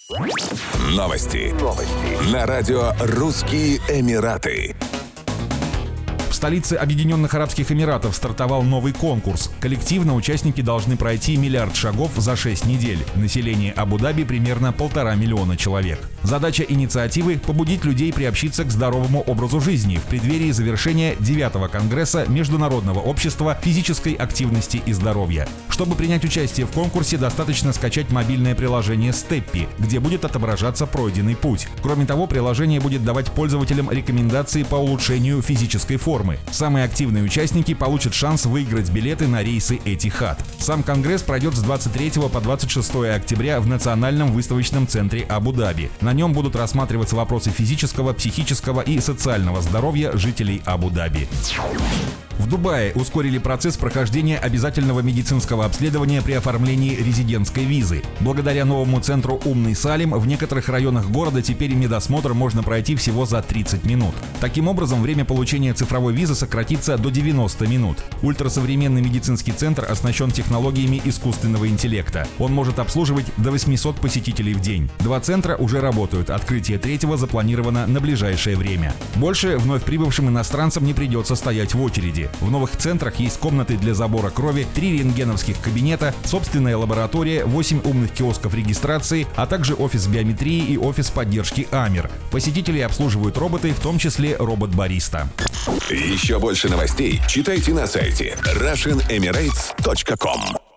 Новости. На радио «Русские Эмираты». В столице Объединенных Арабских Эмиратов стартовал новый конкурс. Коллективно участники должны пройти 1 миллиард шагов за 6 недель. Население Абу-Даби примерно 1,5 миллиона человек. Задача инициативы – побудить людей приобщиться к здоровому образу жизни в преддверии завершения 9-го Конгресса Международного общества физической активности и здоровья. Чтобы принять участие в конкурсе, достаточно скачать мобильное приложение Steppi, где будет отображаться пройденный путь. Кроме того, приложение будет давать пользователям рекомендации по улучшению физической формы. Самые активные участники получат шанс выиграть билеты на рейсы Этихад. Сам конгресс пройдет с 23 по 26 октября в Национальном выставочном центре Абу-Даби. На нем будут рассматриваться вопросы физического, психического и социального здоровья жителей Абу-Даби. В Дубае ускорили процесс прохождения обязательного медицинского обследования при оформлении резидентской визы. Благодаря новому центру «Умный Салим» в некоторых районах города теперь медосмотр можно пройти всего за 30 минут. Таким образом, время получения цифровой визы сократится до 90 минут. Ультрасовременный медицинский центр оснащен технологиями искусственного интеллекта. Он может обслуживать до 800 посетителей в день. 2 центра уже работают, открытие 3-го запланировано на ближайшее время. Больше вновь прибывшим иностранцам не придется стоять в очереди. В новых центрах есть комнаты для забора крови, 3 рентгеновских кабинета, собственная лаборатория, 8 умных киосков регистрации, а также офис биометрии и офис поддержки АМИР. Посетителей обслуживают роботы, в том числе робот-бариста. Еще больше новостей читайте на сайте RussianEmirates.com.